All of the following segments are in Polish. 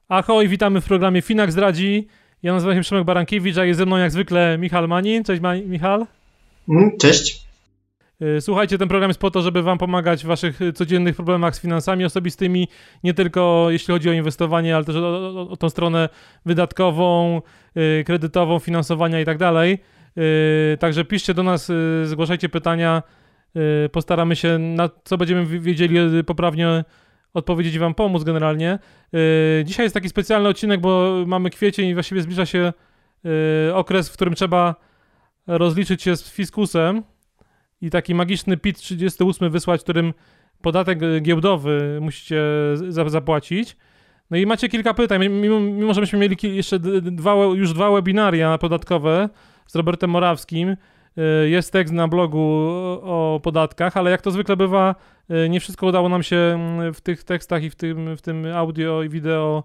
Ahoj, witamy w programie Finax Zdradzi. Ja nazywam się Przemek Barankiewicz, a jest ze mną jak zwykle Michał Manin. Cześć Michał. Cześć. Słuchajcie, ten program jest po to, żeby wam pomagać w waszych codziennych problemach z finansami osobistymi, nie tylko jeśli chodzi o inwestowanie, ale też o tą stronę wydatkową, kredytową, finansowania i tak dalej. Także piszcie do nas, zgłaszajcie pytania, postaramy się, na co będziemy wiedzieli poprawnie odpowiedzieć i wam pomóc generalnie. Dzisiaj jest taki specjalny odcinek, bo mamy kwiecień i właściwie zbliża się okres, w którym trzeba rozliczyć się z fiskusem i taki magiczny PIT 38 wysłać, którym podatek giełdowy musicie zapłacić. No i macie kilka pytań, mimo że myśmy mieli jeszcze dwa webinaria podatkowe z Robertem Morawskim. Jest tekst na blogu o podatkach, ale jak to zwykle bywa, nie wszystko udało nam się w tych tekstach i w tym audio i wideo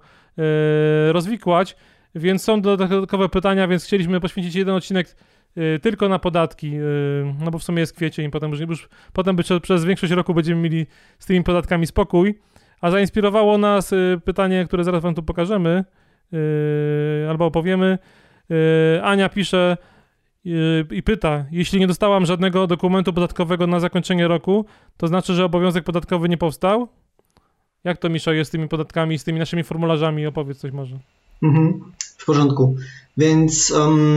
rozwikłać, więc są dodatkowe pytania, więc chcieliśmy poświęcić jeden odcinek tylko na podatki, no bo w sumie jest kwiecień, potem przez większość roku będziemy mieli z tymi podatkami spokój, a zainspirowało nas pytanie, które zaraz wam tu pokażemy albo opowiemy. Ania pisze i pyta, jeśli nie dostałam żadnego dokumentu podatkowego na zakończenie roku, to znaczy, że obowiązek podatkowy nie powstał? Jak to, Misza, jest z tymi podatkami, z tymi naszymi formularzami? Opowiedz coś może. W porządku. Więc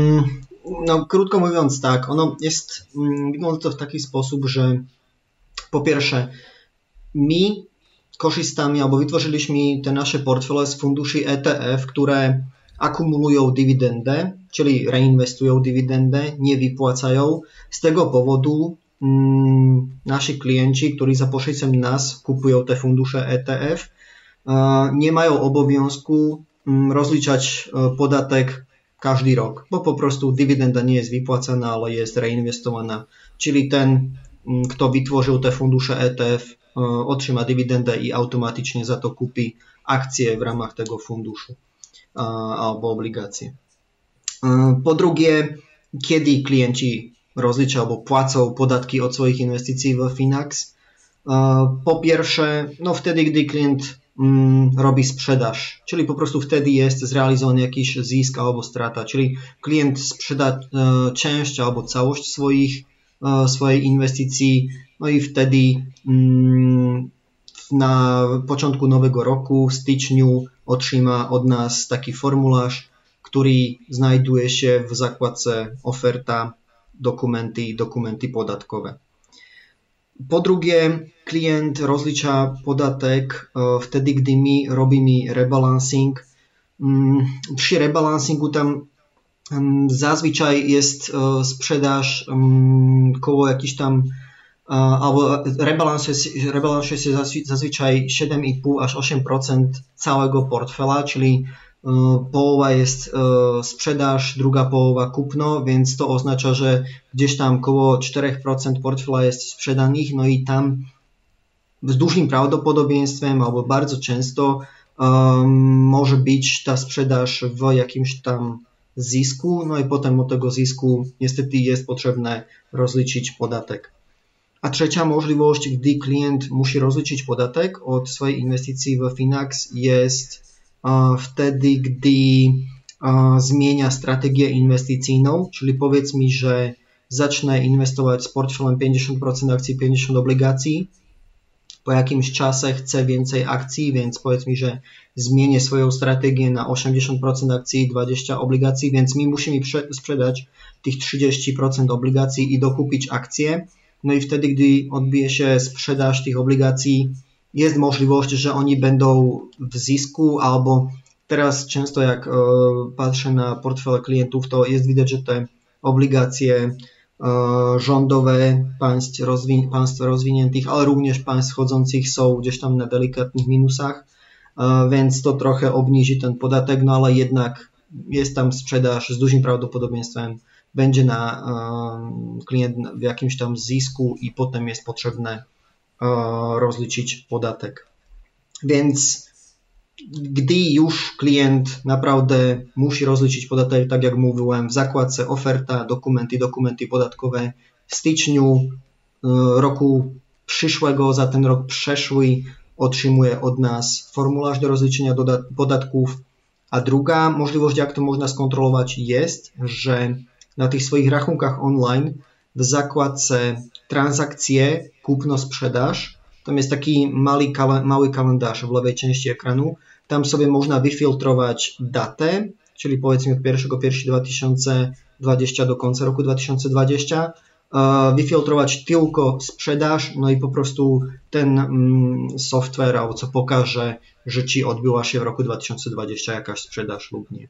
no, krótko mówiąc tak, wygląda to w taki sposób, że po pierwsze my korzystamy albo wytworzyliśmy te nasze portfele z funduszy ETF, które akumulują dywidendę, czyli reinwestują dywidendę, nie wypłacają. Z tego powodu nasi klienci, którzy za pośrednictwem nas kupują te fundusze ETF, nie mają obowiązku rozliczać podatek każdy rok, bo po prostu dywidenda nie jest wypłacana, ale jest reinwestowana. Czyli ten, kto wytworzył te fundusze ETF, otrzyma dywidendę i automatycznie za to kupi akcje w ramach tego funduszu albo obligacje. Po drugie, kiedy klienci rozliczają albo płacą podatki od swoich inwestycji w Finax? Po pierwsze, no wtedy, gdy klient robi sprzedaż, czyli po prostu wtedy jest zrealizowany jakiś zysk albo strata, czyli klient sprzeda część albo całość swojej inwestycji, no i wtedy na początku nowego roku, w styczniu, otrzyma od nas taki formularz, który znajduje się w zakładce oferta, dokumenty podatkowe. Po drugie, klient rozlicza podatek wtedy, gdy my robimy rebalancing. Przy rebalancingu tam zazwyczaj jest sprzedaż koło jakiś tam albo rebalansuje się zazwyczaj 7,5 aż 8% całego portfela, czyli połowa jest sprzedaż, druga połowa kupno, więc to oznacza, że gdzieś tam około 4% portfela jest sprzedanych, no i tam z dużym prawdopodobieństwem albo bardzo często może być ta sprzedaż w jakimś tam zysku, no i potem od tego zysku niestety jest potrzebne rozliczyć podatek. A trzecia możliwość, gdy klient musi rozliczyć podatek od swojej inwestycji w Finax, jest wtedy, gdy zmienia strategię inwestycyjną, czyli powiedz mi, że zacznę inwestować z portfelem 50% akcji, 50% obligacji. Po jakimś czasie chcę więcej akcji, więc powiedz mi, że zmienię swoją strategię na 80% akcji i 20% obligacji, więc my musimy sprzedać tych 30% obligacji i dokupić akcje. No i wtedy, gdy odbije się sprzedaż tych obligacji, jest możliwość, że oni będą w zysku, albo teraz często jak patrzę na portfel klientów, to jest widać, że te obligacje rządowe państw rozwiniętych, ale również państw wchodzących są gdzieś tam na delikatnych minusach, więc to trochę obniży ten podatek, no ale jednak jest tam sprzedaż z dużym prawdopodobieństwem, będzie na klient w jakimś tam zysku i potem jest potrzebne rozliczyć podatek. Więc gdy już klient naprawdę musi rozliczyć podatek, tak jak mówiłem, w zakładce oferta, dokumenty podatkowe w styczniu roku przyszłego, za ten rok przeszły otrzymuje od nas formularz do rozliczenia podatków. A druga możliwość, jak to można skontrolować, jest, że na tych swoich rachunkach online w zakładce transakcje, kupno-sprzedaż, tam jest taki mały kalendarz w lewej części ekranu, tam sobie można wyfiltrować datę, czyli powiedzmy od 1.1.2020 do końca roku 2020, wyfiltrować tylko sprzedaż, no i po prostu ten software albo co pokaże, że ci odbyła się w roku 2020 jakaś sprzedaż lub nie.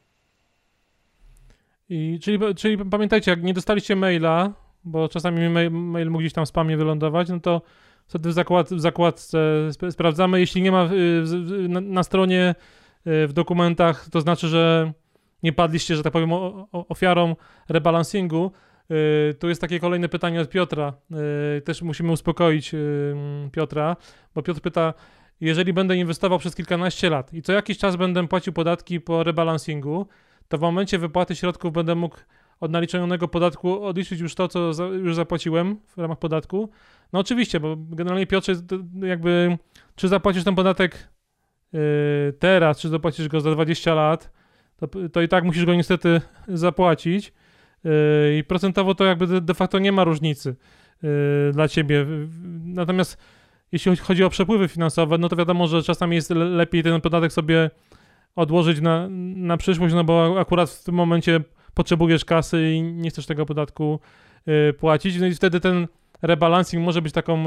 Czyli pamiętajcie, jak nie dostaliście maila, bo czasami mail mógł gdzieś tam w spamie wylądować, no to wtedy w zakładce sprawdzamy. Jeśli nie ma na stronie, w dokumentach, to znaczy, że nie padliście, że tak powiem, ofiarą rebalansingu. Tu jest takie kolejne pytanie od Piotra. Też musimy uspokoić Piotra, bo Piotr pyta, jeżeli będę inwestował przez kilkanaście lat i co jakiś czas będę płacił podatki po rebalansingu, to w momencie wypłaty środków będę mógł od naliczonego podatku odliczyć już to, co już zapłaciłem w ramach podatku. No oczywiście, bo generalnie Piotrze, jakby czy zapłacisz ten podatek teraz, czy zapłacisz go za 20 lat, to i tak musisz go niestety zapłacić. I procentowo to jakby de facto nie ma różnicy dla ciebie. Natomiast jeśli chodzi o przepływy finansowe, no to wiadomo, że czasami jest lepiej ten podatek sobie odłożyć na przyszłość, no bo akurat w tym momencie potrzebujesz kasy i nie chcesz tego podatku płacić. No i wtedy ten rebalancing może być taką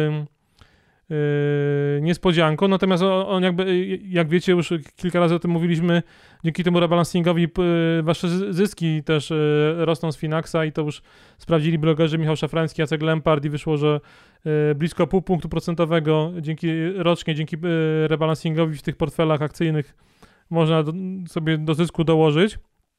niespodzianką, natomiast on jakby, jak wiecie, już kilka razy o tym mówiliśmy, dzięki temu rebalansingowi wasze zyski też rosną z Finaxa i to już sprawdzili blogerzy Michał Szafrański, Jacek Lempart i wyszło, że blisko pół punktu procentowego rocznie dzięki rebalansingowi w tych portfelach akcyjnych można sobie do zysku dołożyć.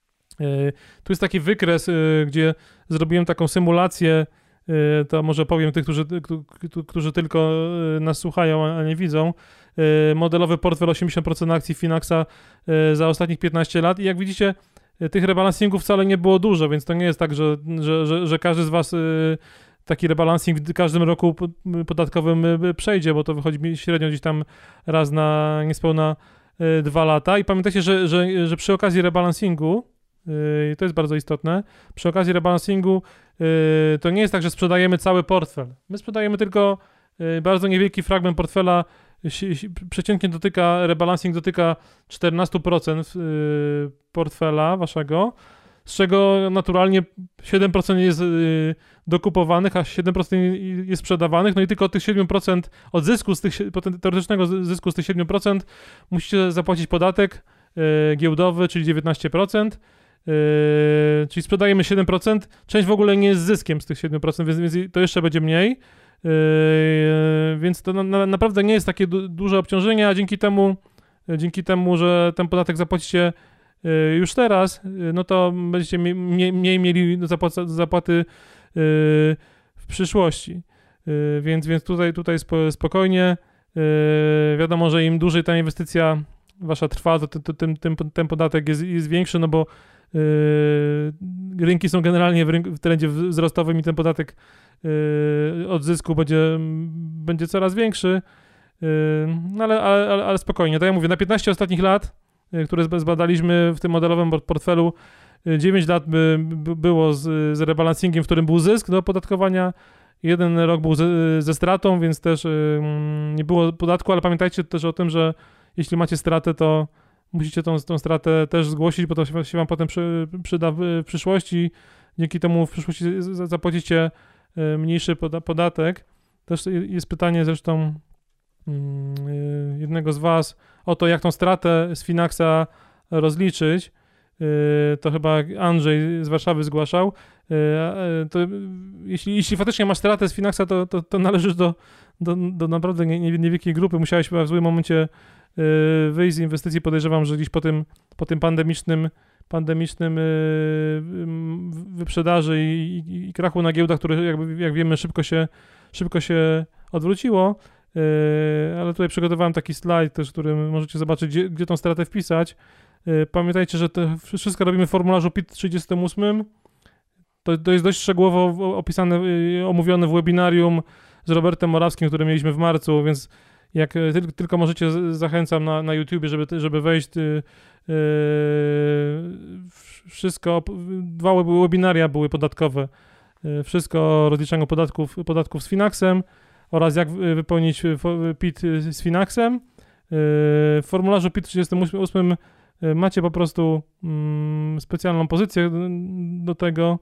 Tu jest taki wykres, gdzie zrobiłem taką symulację. To może powiem tych, którzy tylko nas słuchają, a nie widzą. Modelowy portfel 80% akcji Finaxa za ostatnich 15 lat i jak widzicie, tych rebalansingów wcale nie było dużo, więc to nie jest tak, że każdy z was taki rebalansing w każdym roku podatkowym przejdzie, bo to wychodzi średnio gdzieś tam raz na niespełna 2 lata. I pamiętajcie, że przy okazji rebalansingu, to jest bardzo istotne, przy okazji rebalansingu to nie jest tak, że sprzedajemy cały portfel. My sprzedajemy tylko bardzo niewielki fragment portfela. Przeciętnie rebalansing dotyka 14% portfela waszego, z czego naturalnie 7% jest dokupowanych, a 7% jest sprzedawanych, no i tylko od tych 7%, od zysku, teoretycznego zysku z tych 7% musicie zapłacić podatek giełdowy, czyli 19%, czyli sprzedajemy 7%, część w ogóle nie jest zyskiem z tych 7%, więc to jeszcze będzie mniej, więc to naprawdę nie jest takie duże obciążenie, a dzięki temu, że ten podatek zapłacicie już teraz, no to będziecie mniej mieli zapłaty w przyszłości. Więc tutaj spokojnie. Wiadomo, że im dłużej ta inwestycja wasza trwa, to ten podatek jest większy, no bo rynki są generalnie w trendzie wzrostowym i ten podatek od zysku będzie coraz większy. No ale spokojnie. Tak jak mówię, na 15 ostatnich lat, które zbadaliśmy w tym modelowym portfelu, 9 lat było z rebalansingiem, w którym był zysk do opodatkowania. 1 rok był ze stratą, więc też nie było podatku, ale pamiętajcie też o tym, że jeśli macie stratę, to musicie tą stratę też zgłosić, bo to się wam potem przyda w przyszłości. Dzięki temu w przyszłości zapłacicie mniejszy podatek. Też jest pytanie zresztą jednego z was o to, jak tą stratę z Finaxa rozliczyć. To chyba Andrzej z Warszawy zgłaszał. To jeśli faktycznie masz stratę z Finaxa, to należysz do naprawdę niewielkiej grupy. Musiałeś chyba w złym momencie wyjść z inwestycji. Podejrzewam, że gdzieś po tym pandemicznym wyprzedaży i krachu na giełdach, które jak wiemy szybko się odwróciło. Ale tutaj przygotowałem taki slajd też, w którym możecie zobaczyć, gdzie tą stratę wpisać. Pamiętajcie, że to wszystko robimy w formularzu PIT 38. To jest dość szczegółowo opisane, omówione w webinarium z Robertem Morawskim, które mieliśmy w marcu, więc Jak tylko możecie, zachęcam na YouTubie, żeby wejść. Wszystko, 2 webinaria były podatkowe. Wszystko o rozliczaniu podatków z Finaxem oraz jak wypełnić PIT z Finaxem. W formularzu PIT 38 macie po prostu specjalną pozycję do tego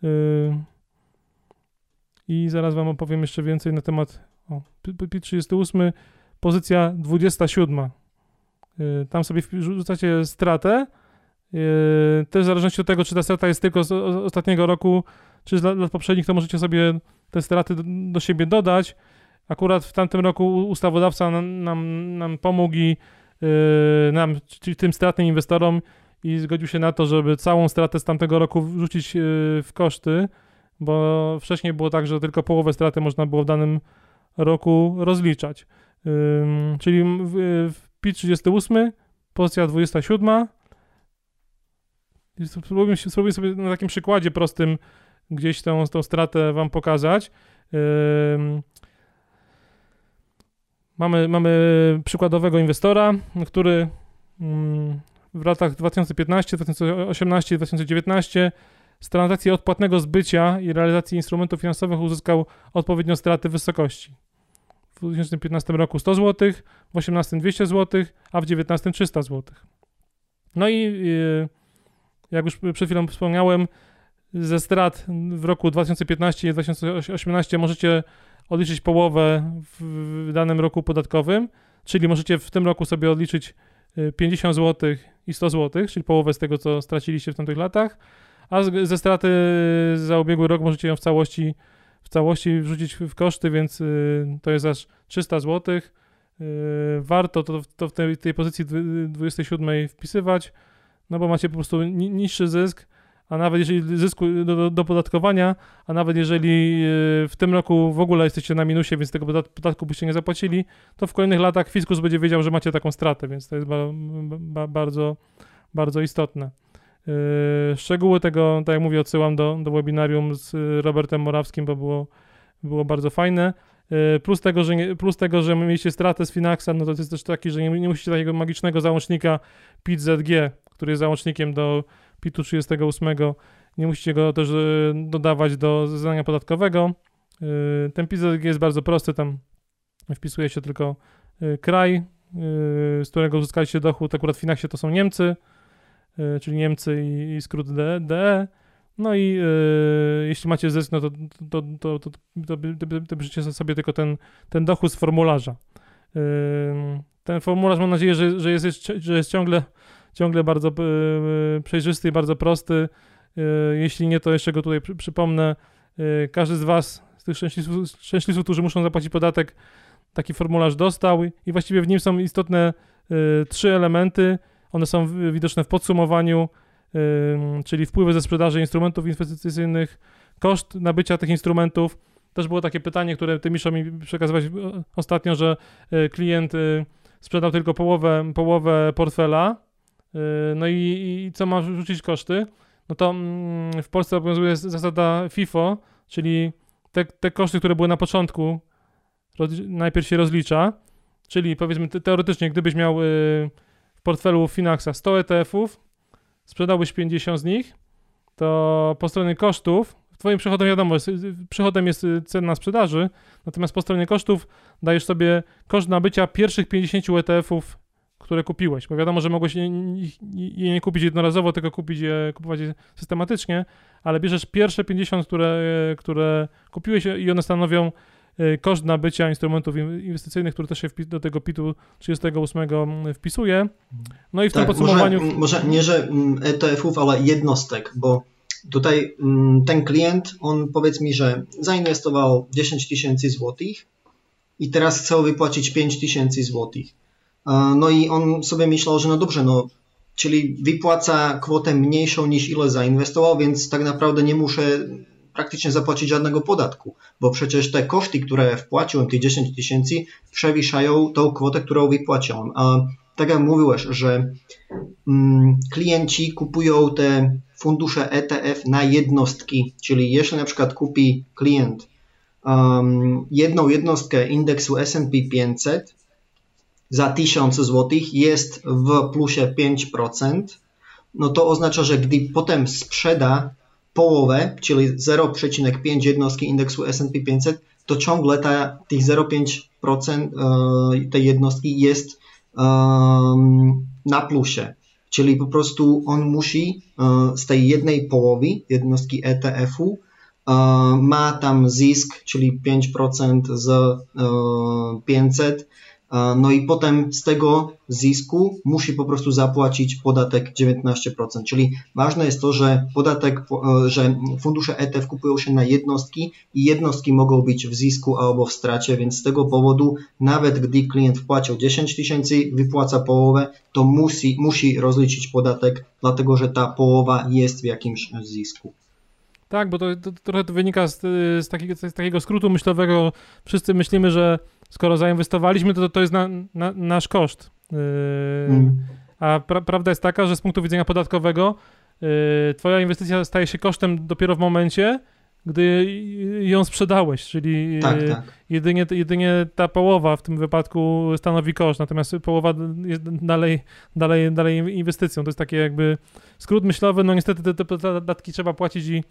i zaraz wam opowiem jeszcze więcej na temat PIT 38, pozycja 27. Tam sobie rzucacie stratę, też w zależności od tego, czy ta strata jest tylko z ostatniego roku, czy z lat poprzednich, to możecie sobie te straty do siebie dodać. Akurat w tamtym roku ustawodawca nam pomógł i czyli tym stratnym inwestorom i zgodził się na to, żeby całą stratę z tamtego roku wrzucić w koszty, bo wcześniej było tak, że tylko połowę straty można było w danym roku rozliczać. Czyli w PIT 38, pozycja 27. Spróbuję sobie na takim przykładzie prostym gdzieś tą stratę wam pokazać. Mamy przykładowego inwestora, który w latach 2015, 2018 i 2019 z transakcji odpłatnego zbycia i realizacji instrumentów finansowych uzyskał odpowiednio straty w wysokości. W 2015 roku 100 zł, w 2018 200 zł, a w 2019 300 zł. No i jak już przed chwilą wspomniałem, ze strat w roku 2015 i 2018 możecie odliczyć połowę w danym roku podatkowym, czyli możecie w tym roku sobie odliczyć 50 zł i 100 zł, czyli połowę z tego, co straciliście w tamtych latach, a ze straty za ubiegły rok możecie ją w całości wrzucić w koszty, więc to jest aż 300 zł. Warto to w tej pozycji 27 wpisywać, no bo macie po prostu niższy zysk, a nawet jeżeli zysku do opodatkowania, a nawet jeżeli w tym roku w ogóle jesteście na minusie, więc tego podatku byście nie zapłacili, to w kolejnych latach fiskus będzie wiedział, że macie taką stratę, więc to jest bardzo, bardzo istotne. Szczegóły tego, tak jak mówię, odsyłam do webinarium z Robertem Morawskim, bo było bardzo fajne. Plus tego, że mieliście stratę z Finaxa, no to jest też taki, że nie musicie takiego magicznego załącznika PIT-ZG, który jest załącznikiem do PIT-u 38, nie musicie go też dodawać do zeznania podatkowego. Ten PIT-ZG jest bardzo prosty, tam wpisuje się tylko kraj, z którego uzyskaliście dochód, akurat w Finaxie to są Niemcy, czyli Niemcy i skrót DE. No i jeśli macie zysk, no to piszecie sobie tylko ten dochód z formularza. Ten formularz, mam nadzieję, że jest ciągle bardzo przejrzysty i bardzo prosty. Jeśli nie, to jeszcze go tutaj przypomnę. Każdy z was, z tych szczęśliwców, którzy muszą zapłacić podatek, taki formularz dostał i właściwie w nim są istotne 3 elementy. One są widoczne w podsumowaniu, czyli wpływy ze sprzedaży instrumentów inwestycyjnych, koszt nabycia tych instrumentów. Też było takie pytanie, które ty, Miszo, mi przekazywałeś ostatnio, że klient sprzedał tylko połowę portfela, no i co ma rzucić koszty? No to w Polsce obowiązuje zasada FIFO, czyli te koszty, które były na początku, najpierw się rozlicza, czyli powiedzmy teoretycznie, gdybyś miał w portfelu Finaxa 100 ETF-ów, sprzedałbyś 50 z nich, to po stronie kosztów, twoim przychodem wiadomo, przychodem jest cena sprzedaży, natomiast po stronie kosztów dajesz sobie koszt nabycia pierwszych 50 ETF-ów, które kupiłeś, bo wiadomo, że mogłeś je nie kupić jednorazowo, tylko kupować je systematycznie, ale bierzesz pierwsze 50, które kupiłeś i one stanowią koszt nabycia instrumentów inwestycyjnych, który też się do tego PIT-u 38 wpisuje. No i w tym podsumowaniu... Może nie, że ETF-ów, ale jednostek, bo tutaj ten klient, on powiedz mi, że zainwestował 10 tysięcy złotych i teraz chce wypłacić 5 tysięcy złotych. No i on sobie myślał, że no dobrze, no czyli wypłaca kwotę mniejszą niż ile zainwestował, więc tak naprawdę nie muszę praktycznie zapłacić żadnego podatku, bo przecież te koszty, które wpłaciłem, te 10 tysięcy, przewyższają tą kwotę, którą wypłaciłem. A tak jak mówiłeś, że klienci kupują te fundusze ETF na jednostki, czyli jeśli na przykład kupi klient jedną jednostkę indeksu S&P 500, za 1000 zł jest w plusie 5%, no to oznacza, że gdy potem sprzeda połowę, czyli 0,5 jednostki indeksu S&P 500, to ciągle tych 0,5% tej jednostki jest na plusie. Czyli po prostu on musi z tej jednej połowy jednostki ETF-u ma tam zysk, czyli 5% z 500, no i potem z tego zysku musi po prostu zapłacić podatek 19%. Czyli ważne jest to, że że fundusze ETF kupują się na jednostki i jednostki mogą być w zysku albo w stracie, więc z tego powodu nawet gdy klient wpłacił 10 000, wypłaca połowę, to musi rozliczyć podatek, dlatego że ta połowa jest w jakimś zysku. Tak, bo to trochę to wynika z takiego skrótu myślowego. Wszyscy myślimy, że skoro zainwestowaliśmy, to jest nasz koszt. A prawda jest taka, że z punktu widzenia podatkowego twoja inwestycja staje się kosztem dopiero w momencie, gdy ją sprzedałeś, czyli tak. Jedynie ta połowa w tym wypadku stanowi koszt, natomiast połowa jest dalej inwestycją. To jest taki jakby skrót myślowy, no niestety te podatki trzeba płacić i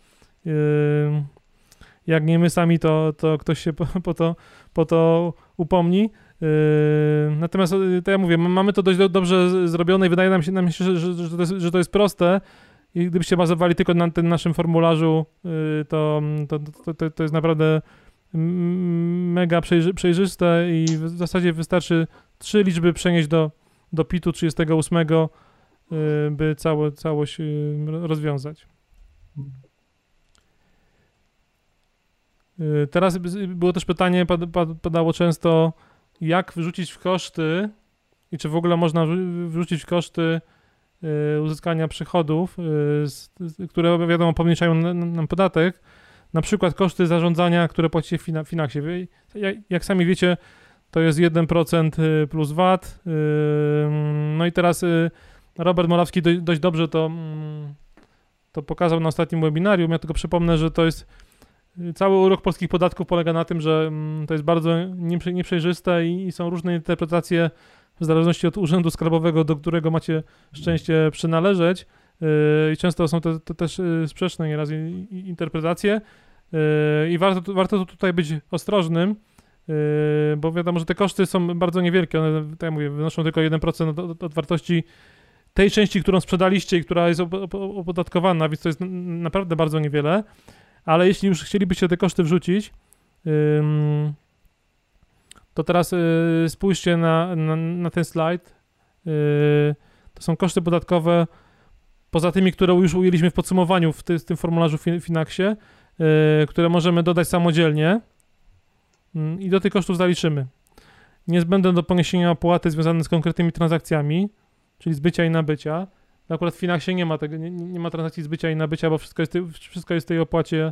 jak nie my sami, to ktoś się po to upomni. Natomiast to ja mówię, mamy to dość dobrze zrobione i wydaje nam się, że to jest proste i gdybyście bazowali tylko na tym naszym formularzu, to jest naprawdę mega przejrzyste i w zasadzie wystarczy 3 liczby przenieść do PIT-u 38, by całość rozwiązać. Teraz było też pytanie, padało często, jak wrzucić w koszty i czy w ogóle można wrzucić w koszty uzyskania przychodów, które wiadomo pomniejszają nam podatek, na przykład koszty zarządzania, które płacicie w Finaxie. Jak sami wiecie, to jest 1% plus VAT. No i teraz Robert Morawski dość dobrze to pokazał na ostatnim webinarium. Ja tylko przypomnę, że to jest cały urok polskich podatków polega na tym, że to jest bardzo nieprzejrzyste i są różne interpretacje w zależności od urzędu skarbowego, do którego macie szczęście przynależeć i często są to też sprzeczne nieraz interpretacje i warto tutaj być ostrożnym, bo wiadomo, że te koszty są bardzo niewielkie, one, tak jak mówię, wynoszą tylko 1% od wartości tej części, którą sprzedaliście i która jest opodatkowana, więc to jest naprawdę bardzo niewiele. Ale jeśli już chcielibyście te koszty wrzucić, to teraz spójrzcie na ten slajd. To są koszty podatkowe poza tymi, które już ujęliśmy w podsumowaniu w tym formularzu w Finaxie, które możemy dodać samodzielnie i do tych kosztów zaliczymy niezbędne do poniesienia opłaty związane z konkretnymi transakcjami, czyli zbycia i nabycia. Akurat w Finaxie nie ma transakcji zbycia i nabycia, bo wszystko jest w tej opłacie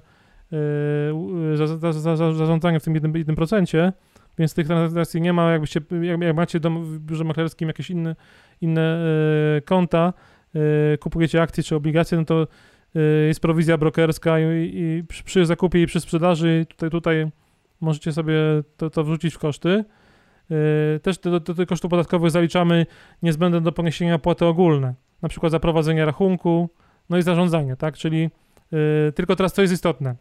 za zarządzanie w tym 1%, więc tych transakcji nie ma. Jak macie w biurze maklerskim jakieś inne konta, kupujecie akcje czy obligacje, no to jest prowizja brokerska i przy zakupie i przy sprzedaży tutaj możecie sobie to wrzucić w koszty. Też do tych kosztów podatkowych zaliczamy niezbędne do poniesienia opłaty ogólne, na przykład za prowadzenie rachunku, no i zarządzanie, tak? Czyli tylko teraz co jest istotne.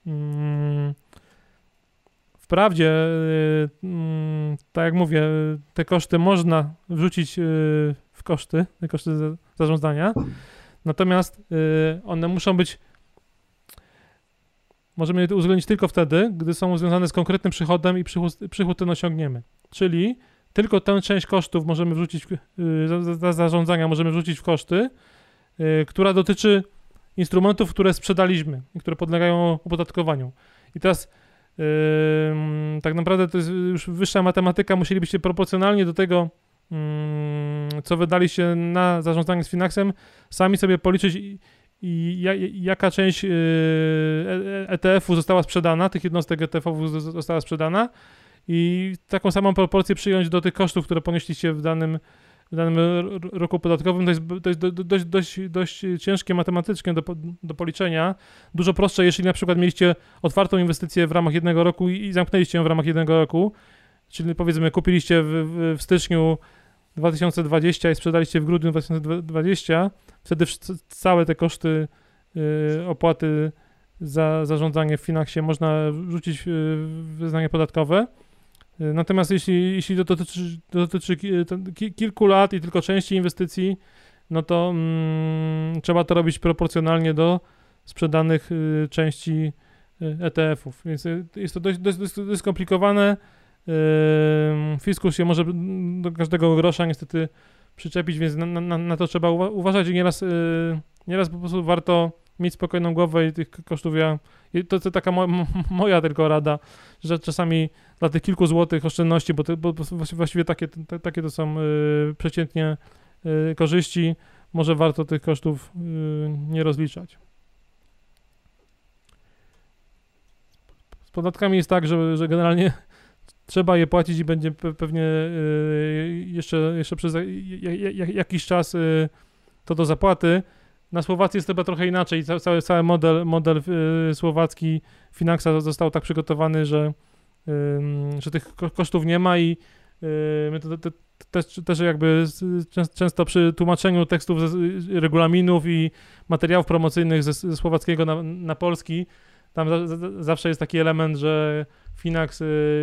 Wprawdzie, tak jak mówię, te koszty można wrzucić w koszty, te koszty zarządzania, natomiast one muszą być, możemy je uwzględnić tylko wtedy, gdy są związane z konkretnym przychodem i przychód ten osiągniemy. Czyli tylko tę część kosztów możemy wrzucić, zarządzania możemy wrzucić w koszty, która dotyczy instrumentów, które sprzedaliśmy i które podlegają opodatkowaniu. I teraz tak naprawdę to jest już wyższa matematyka, musielibyście proporcjonalnie do tego, co wydaliście na zarządzanie z Finaxem, sami sobie policzyć jaka część ETF-u została sprzedana, tych jednostek ETF-ów została sprzedana i taką samą proporcję przyjąć do tych kosztów, które ponieśliście w danym roku podatkowym. To jest dość ciężkie matematycznie do policzenia. Dużo prostsze, jeśli na przykład mieliście otwartą inwestycję w ramach jednego roku i zamknęliście ją w ramach jednego roku czyli powiedzmy kupiliście w styczniu 2020 i sprzedaliście w grudniu 2020, wtedy całe te koszty opłaty za zarządzanie w Finaxie można wrzucić w wyznanie podatkowe. Natomiast jeśli to dotyczy kilku lat i tylko części inwestycji, no to trzeba to robić proporcjonalnie do sprzedanych części ETF-ów. Więc jest to dość skomplikowane. Fiskus się może do każdego grosza niestety przyczepić, więc na to trzeba uważać i nieraz po prostu warto mieć spokojną głowę i tych kosztów to taka moja tylko rada, że czasami dla tych kilku złotych oszczędności, bo właściwie takie to są przeciętnie korzyści, może warto tych kosztów nie rozliczać. Z podatkami jest tak, że generalnie trzeba je płacić i będzie pewnie jeszcze przez jakiś czas to do zapłaty. Na Słowacji jest chyba trochę inaczej. Cały model słowacki Finaxa został tak przygotowany, że tych kosztów nie ma i my też jakby często przy tłumaczeniu tekstów regulaminów i materiałów promocyjnych ze słowackiego na polski, tam zawsze jest taki element, że Finax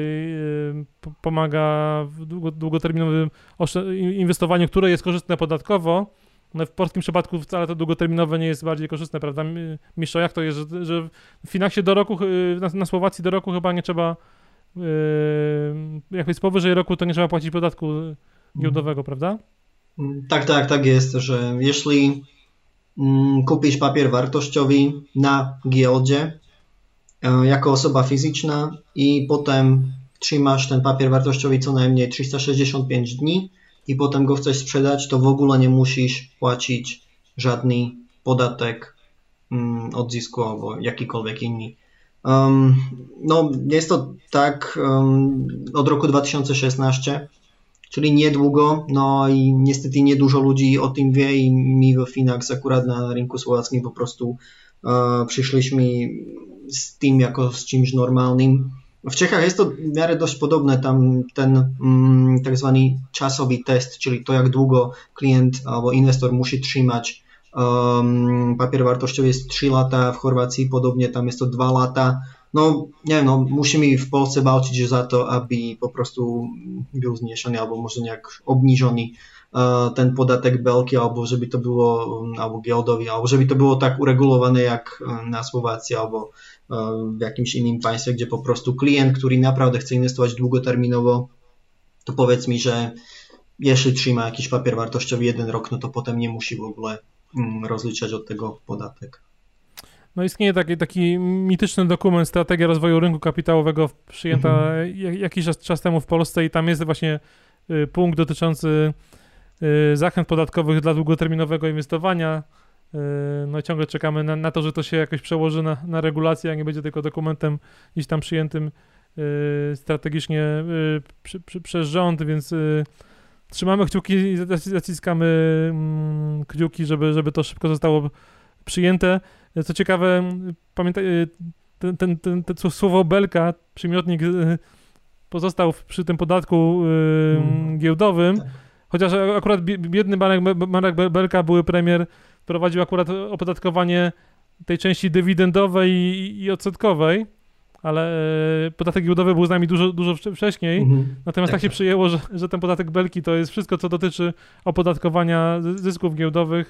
pomaga w długoterminowym inwestowaniu, które jest korzystne podatkowo. No w polskim przypadku wcale to długoterminowe nie jest bardziej korzystne, prawda? Mistrzo, jak to jest, że w Finaxie do roku, na Słowacji do roku chyba nie trzeba, jak jest powyżej roku, to nie trzeba płacić podatku giełdowego, prawda? Tak jest, że jeśli kupisz papier wartościowy na giełdzie jako osoba fizyczna i potem trzymasz ten papier wartościowy co najmniej 365 dni i potem go chcesz sprzedać, to w ogóle nie musisz płacić żadny podatek od zysku albo jakikolwiek inny. No, jest to tak od roku 2016, czyli niedługo, no i niestety niedużo ludzi o tym wie i my w Finax akurat na rynku słowackim po prostu przyszliśmy z tym jako z czymś normalnym. W Czechach jest to w miarę dość podobne, tam ten tak zwany czasowy test, czyli to jak długo klient albo inwestor musi trzymać papier wartościowy jest 3 lata, w Chorwacji podobnie tam jest to 2 lata. No nie wiem, no musimy w Polsce walczyć za to, aby po prostu był zmniejszony albo może jak obniżony ten podatek belki, albo żeby to było albo giełdowy, albo żeby to było tak uregulowane jak na Słowacji albo w jakimś innym państwie, gdzie po prostu klient, który naprawdę chce inwestować długoterminowo, to powiedz mi, że jeśli trzyma jakiś papier wartościowy 1 rok, no to potem nie musi w ogóle rozliczać od tego podatek. No istnieje taki mityczny dokument Strategia Rozwoju Rynku Kapitałowego przyjęta jakiś czas temu w Polsce i tam jest właśnie punkt dotyczący zachęt podatkowych dla długoterminowego inwestowania. No i ciągle czekamy na to, że to się jakoś przełoży na regulację, a nie będzie tylko dokumentem gdzieś tam przyjętym strategicznie przez rząd, więc trzymamy kciuki i zaciskamy kciuki, żeby to szybko zostało przyjęte. Co ciekawe, pamiętaj, to słowo belka, przymiotnik pozostał przy tym podatku giełdowym, chociaż akurat biedny Marek Belka, były premier, prowadził akurat opodatkowanie tej części dywidendowej i odsetkowej, ale podatek giełdowy był z nami dużo wcześniej, natomiast tak się przyjęło, że ten podatek belki to jest wszystko, co dotyczy opodatkowania zysków giełdowych.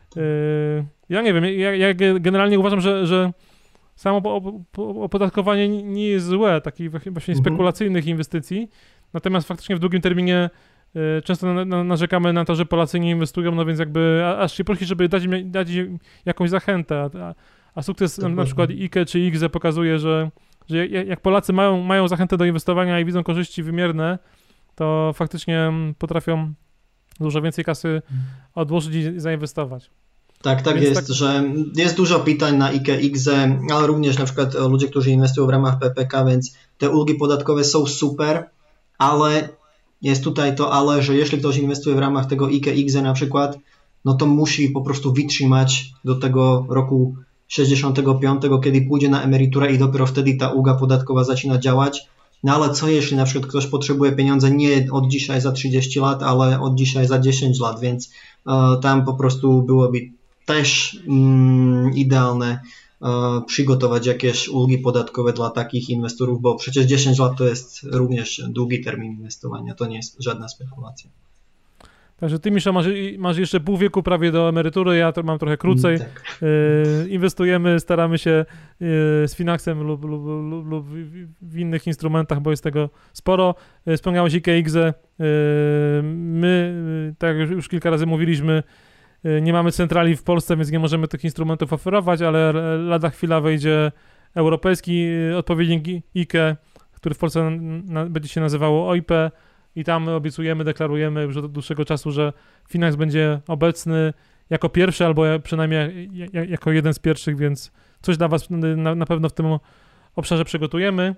Ja nie wiem, ja generalnie uważam, że samo opodatkowanie nie jest złe, takich właśnie spekulacyjnych inwestycji, natomiast faktycznie w długim terminie często narzekamy na to, że Polacy nie inwestują, no więc jakby aż się prosi, żeby dać jakąś zachętę, a sukces na przykład IKE czy IGZE pokazuje, że jak Polacy mają zachętę do inwestowania i widzą korzyści wymierne, to faktycznie potrafią dużo więcej kasy odłożyć i zainwestować. Tak jest, że jest dużo pytań na IKE, IGZE, ale również na przykład ludzie, którzy inwestują w ramach PPK, więc te ulgi podatkowe są super, ale jest tutaj to ale, że jeśli ktoś inwestuje w ramach tego IKE, IGZE na przykład, no to musi po prostu wytrzymać do tego roku 65, kiedy pójdzie na emeryturę i dopiero wtedy ta ulga podatkowa zaczyna działać, No ale co jeśli na przykład ktoś potrzebuje pieniądze nie od dzisiaj za 30 lat, ale od dzisiaj za 10 lat, więc tam po prostu byłoby też idealne przygotować jakieś ulgi podatkowe dla takich inwestorów, bo przecież 10 lat to jest również długi termin inwestowania, to nie jest żadna spekulacja. Także ty, Misza, masz jeszcze pół wieku prawie do emerytury, ja mam trochę krócej. Tak. Inwestujemy, staramy się z Finaxem lub w innych instrumentach, bo jest tego sporo. Wspomniałeś IKX-e. My, tak jak już kilka razy mówiliśmy, nie mamy centrali w Polsce, więc nie możemy tych instrumentów oferować, ale lada chwila wejdzie europejski odpowiednik IKE, który w Polsce będzie się nazywało OIP. I tam obiecujemy, deklarujemy już od dłuższego czasu, że Finax będzie obecny jako pierwszy, albo przynajmniej jako jeden z pierwszych, więc coś dla was na pewno w tym obszarze przygotujemy.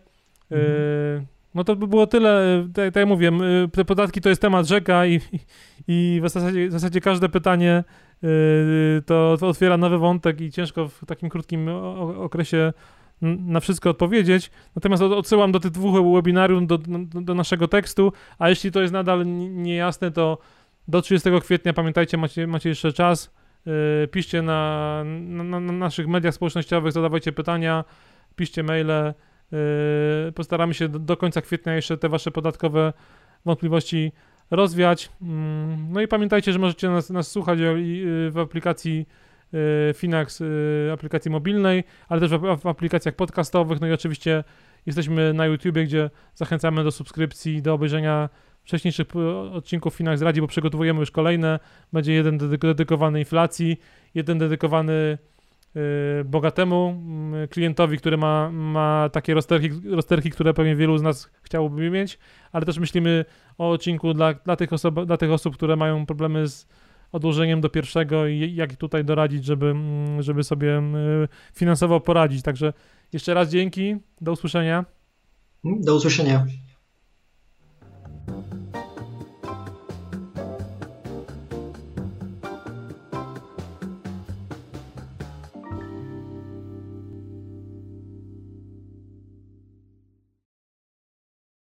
No to by było tyle. Tak jak mówię, te podatki to jest temat rzeka i w zasadzie każde pytanie to otwiera nowy wątek i ciężko w takim krótkim okresie na wszystko odpowiedzieć, natomiast odsyłam do tych 2 webinarium, do naszego tekstu, a jeśli to jest nadal niejasne, to do 30 kwietnia, pamiętajcie, macie jeszcze czas, piszcie na naszych mediach społecznościowych, zadawajcie pytania, piszcie maile, postaramy się do końca kwietnia jeszcze te wasze podatkowe wątpliwości rozwiać. No i pamiętajcie, że możecie nas słuchać w aplikacji Finax, aplikacji mobilnej, ale też w aplikacjach podcastowych, no i oczywiście jesteśmy na YouTubie, gdzie zachęcamy do subskrypcji, do obejrzenia wcześniejszych odcinków Finax Radzi, bo przygotowujemy już kolejne. Będzie jeden dedykowany inflacji, jeden dedykowany bogatemu klientowi, który ma takie rozterki, które pewnie wielu z nas chciałoby mieć, ale też myślimy o odcinku dla tych osób, które mają problemy z odłożeniem do pierwszego i jak tutaj doradzić, żeby sobie finansowo poradzić. Także jeszcze raz dzięki, do usłyszenia. Do usłyszenia.